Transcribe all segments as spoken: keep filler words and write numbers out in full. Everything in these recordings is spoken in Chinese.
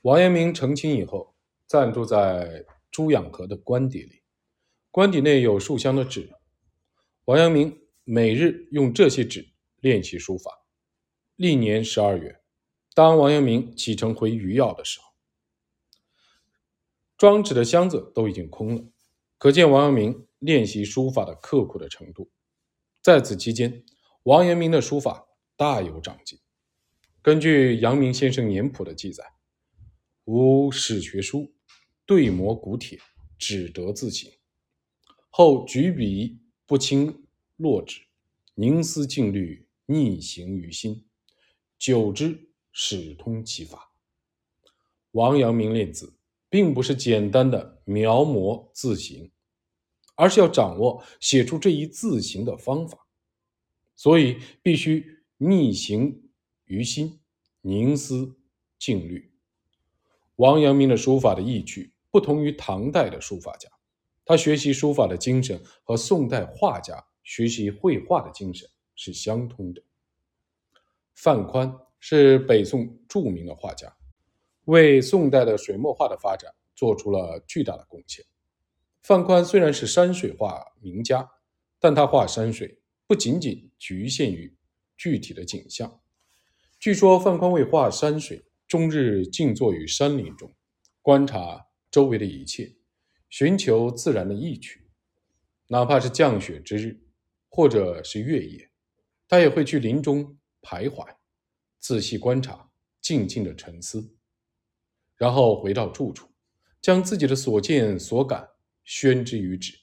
王阳明成亲以后，暂住在朱养河的官邸里，官邸内有数箱的纸，王阳明每日用这些纸练习书法。历年十二月，当王阳明启程回余姚的时候，装纸的箱子都已经空了，可见王阳明练习书法的刻苦的程度。在此期间，王阳明的书法大有长进。根据阳明先生年谱的记载，吾始学书，对磨古帖，只得自行。后举笔不清落纸，凝思静虑，逆行于心，久之始通其法。王阳明练字并不是简单的描摹字形，而是要掌握写出这一字形的方法，所以必须逆行于心，凝思静虑。王阳明的书法的意趣不同于唐代的书法家，他学习书法的精神和宋代画家学习绘画的精神是相通的。范宽是北宋著名的画家，为宋代的水墨画的发展做出了巨大的贡献。范宽虽然是山水画名家，但他画山水不仅仅局限于具体的景象。据说范宽为画山水，终日静坐于山林中，观察周围的一切，寻求自然的意趣。哪怕是降雪之日，或者是月夜，他也会去林中徘徊，仔细观察，静静的沉思，然后回到住处，将自己的所见所感宣之于纸。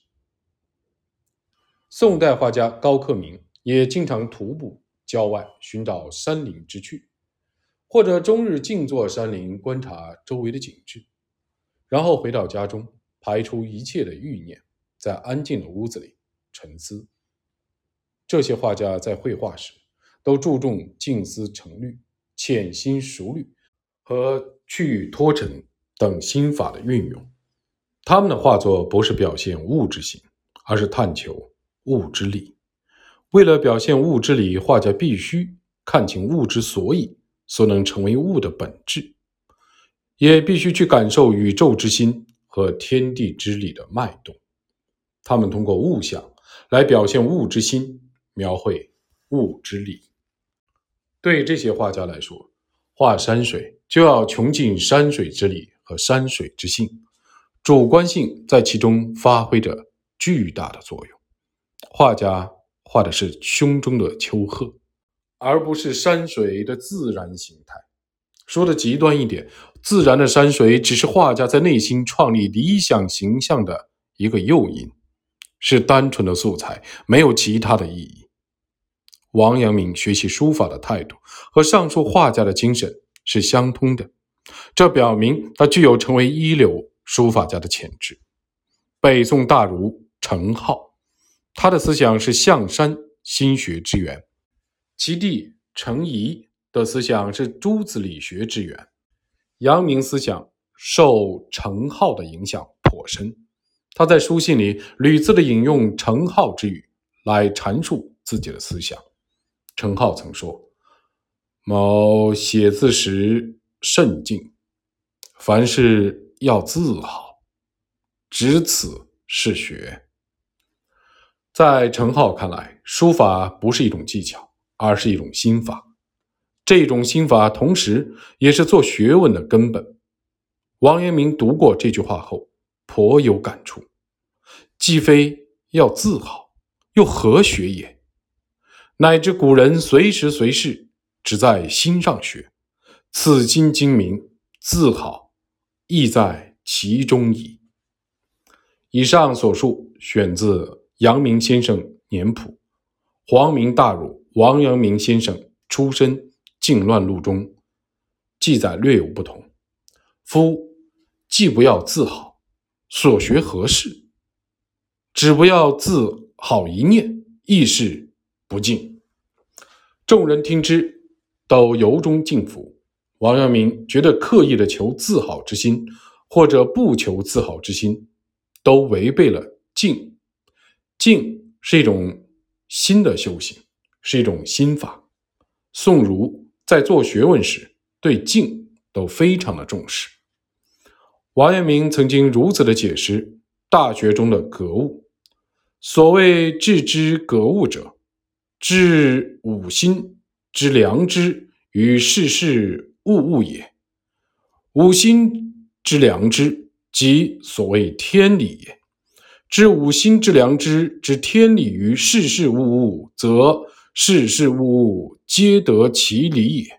宋代画家高克明也经常徒步郊外寻找山林之趣，或者终日静坐山林观察周围的景致，然后回到家中排除一切的欲念，在安静的屋子里沉思。这些画家在绘画时都注重静思沉虑、潜心熟虑和去脱尘等心法的运用。他们的画作不是表现物之形，而是探求物之理。为了表现物之理，画家必须看清物之所以，所能成为物的本质，也必须去感受宇宙之心和天地之理的脉动。他们通过物象来表现物之心，描绘物之理。对这些画家来说，画山水就要穷尽山水之理和山水之性，主观性在其中发挥着巨大的作用。画家画的是胸中的丘壑，而不是山水的自然形态。说的极端一点，自然的山水只是画家在内心创立理想形象的一个诱因，是单纯的素材，没有其他的意义。王阳明学习书法的态度和上述画家的精神是相通的，这表明他具有成为一流书法家的潜质。北宋大儒程颢，他的思想是象山心学之源，其弟程颐的思想是诸子理学之源。阳明思想受程颢的影响颇深，他在书信里屡次的引用程颢之语来阐述自己的思想。程颢曾说：某写字时甚静，凡事要自好，只此是学。在程颢看来，书法不是一种技巧，而是一种心法。这种心法同时也是做学问的根本。王阳明读过这句话后颇有感触，既非要自好，又何学也？乃至古人随时随事只在心上学，此心精明，自好亦在其中矣。以上所述选自阳明先生年谱，皇明大儒王阳明先生出身靖乱录中记载略有不同。夫既不要自好，所学何事？只不要自好一念，亦是不敬。众人听之，都由衷敬服。王阳明觉得刻意的求自好之心，或者不求自好之心，都违背了静。静是一种心的修行，是一种心法。宋儒在做学问时，对静都非常的重视。王阳明曾经如此的解释《大学》中的格物：所谓致知格物者，致五心之良知与世事物物也。五心之良知，即所谓天理也。知五心之良知之天理于世事物物，则世事物物皆得其理也。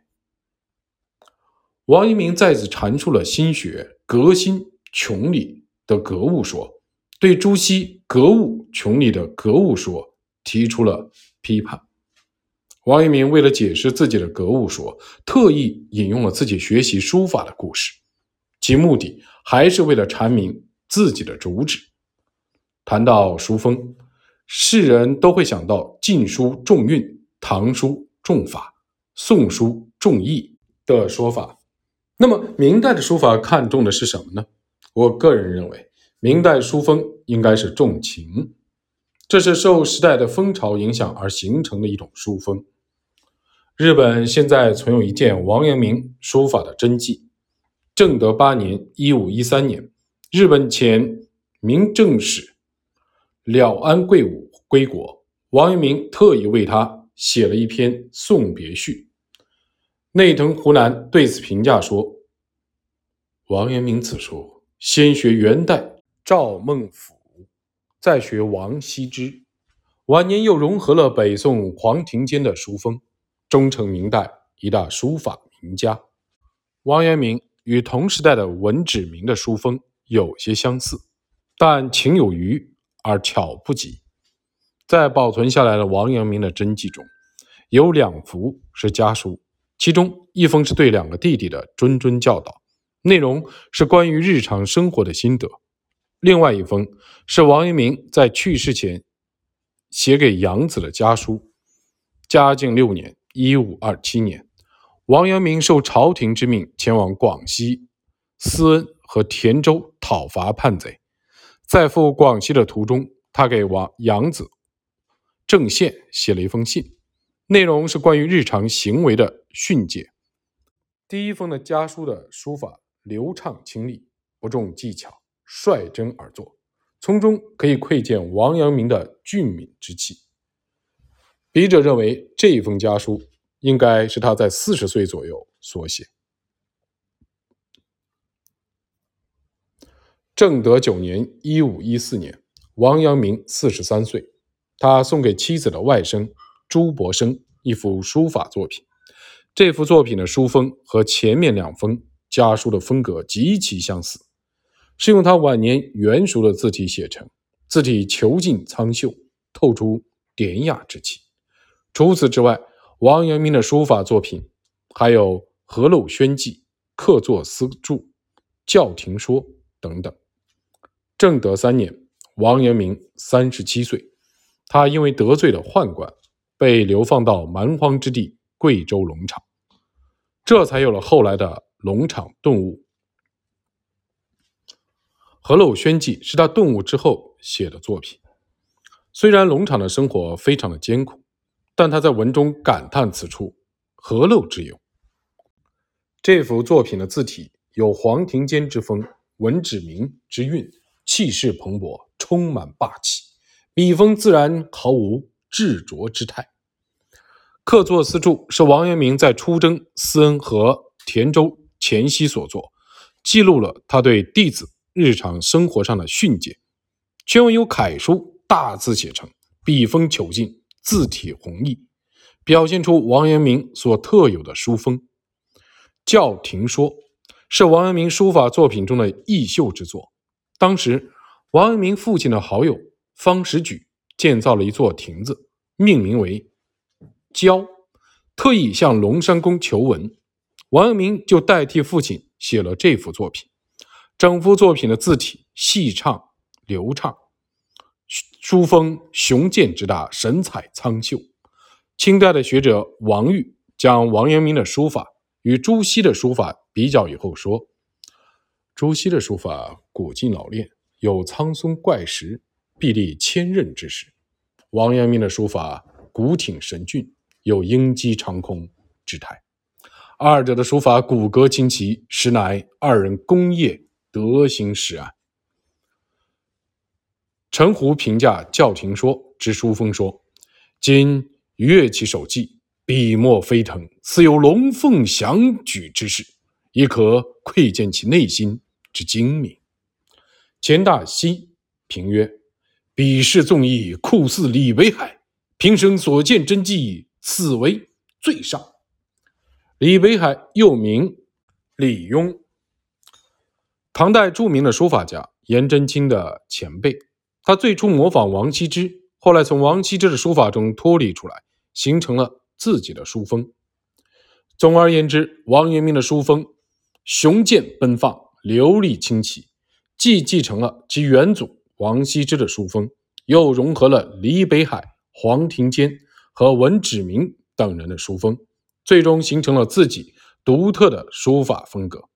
王阳明再次阐述了心学格心穷理的格物说，对朱熹格物穷理的格物说提出了批判。王阳明为了解释自己的格物说，特意引用了自己学习书法的故事，其目的还是为了阐明自己的主旨。谈到书风，世人都会想到晋书重韵，唐书重法，宋书重义的说法。那么明代的书法看重的是什么呢？我个人认为，明代书风应该是重情，这是受时代的风潮影响而形成的一种书风。日本现在存有一件王阳明书法的真迹。正德八年一五一三年，日本前明政使了安贵武归国，王阳明特意为他写了一篇送别序。内藤湖南对此评价说，王阳明此书先学元代赵孟俯，再学王羲之，晚年又融合了北宋黄庭坚的书风，终成明代一大书法名家。王阳明与同时代的文指明的书风有些相似，但情有余而巧不及。在保存下来的王阳明的真迹中，有两幅是家书，其中一封是对两个弟弟的谆谆教导，内容是关于日常生活的心得；另外一封是王阳明在去世前写给养子的家书。嘉靖六年一五二七年，王阳明受朝廷之命前往广西思恩和田州讨伐叛贼，在赴广西的途中，他给王养子郑宪写了一封信，内容是关于日常行为的训诫。第一封的家书的书法流畅清丽，不重技巧，率真而作，从中可以窥见王阳明的俊敏之气。笔者认为这一封家书应该是他在四十岁左右所写。正德九年一五一四年，王阳明四十三岁，他送给妻子的外甥朱伯生一幅书法作品。这幅作品的书风和前面两封家书的风格极其相似，是用他晚年圆熟的字体写成，字体遒劲苍秀，透出典雅之气。除此之外，王阳明的书法作品还有《河陋轩记》、《客作丝注》、《教廷说》等等。正德三年，王阳明三十七岁，他因为得罪了宦官，被流放到蛮荒之地贵州龙场，这才有了后来的龙场顿悟。《河陋轩记》是他顿悟之后写的作品。虽然龙场的生活非常的艰苦，但他在文中感叹此处何陋之有。这幅作品的字体有黄庭坚之风，文指明之韵，气势蓬勃，充满霸气，笔锋自然毫无执着之态。客作丝注是王阳明在出征思恩和田州前夕所作，记录了他对弟子日常生活上的训诫。全文由楷书大字写成，笔锋遒劲，字体宏毅，表现出王阳明所特有的书风。教廷说是王阳明书法作品中的逸秀之作。当时王阳明父亲的好友方时举建造了一座亭子，命名为教，特意向龙山宫求文，王阳明就代替父亲写了这幅作品。整幅作品的字体细畅流畅，书风雄健之大，神采苍秀。清代的学者王玉将王阳明的书法与朱熹的书法比较以后说，朱熹的书法古今老练，有苍松怪石，臂力千仞之势；王阳明的书法古挺神俊，有鹰击长空之态。 二者的书法骨骼清奇，实乃二人工业德行实案。陈胡评价教廷说之书风说：今阅其手迹，笔墨飞腾，似有龙凤祥举之势，亦可窥见其内心之精明。钱大熙评曰：笔势纵逸，酷似李北海，平生所见真迹，此为最上。李北海又名李邕，唐代著名的书法家颜真卿的前辈。他最初模仿王羲之，后来从王羲之的书法中脱离出来，形成了自己的书风。总而言之，王阳明的书风雄健奔放，流利清奇，既继承了其远祖王羲之的书风，又融合了李北海、黄庭坚和文芷明等人的书风，最终形成了自己独特的书法风格。